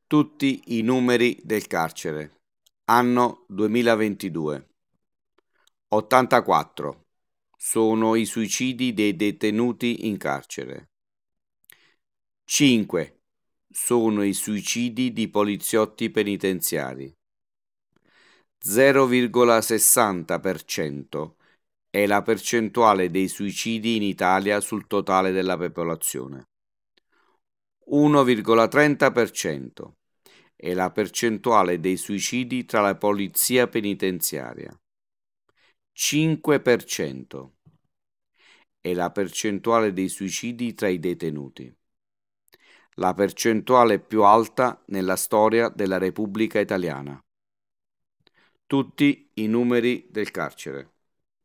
Tutti i numeri del carcere. Anno 2022. 84. Sono i suicidi dei detenuti in carcere. 5. Sono i suicidi di poliziotti penitenziari. 0,60% è la percentuale dei suicidi in Italia sul totale della popolazione. 1,30% è la percentuale dei suicidi tra la polizia penitenziaria. 5% è la percentuale dei suicidi tra i detenuti. La percentuale più alta nella storia della Repubblica Italiana. Tutti i numeri del carcere.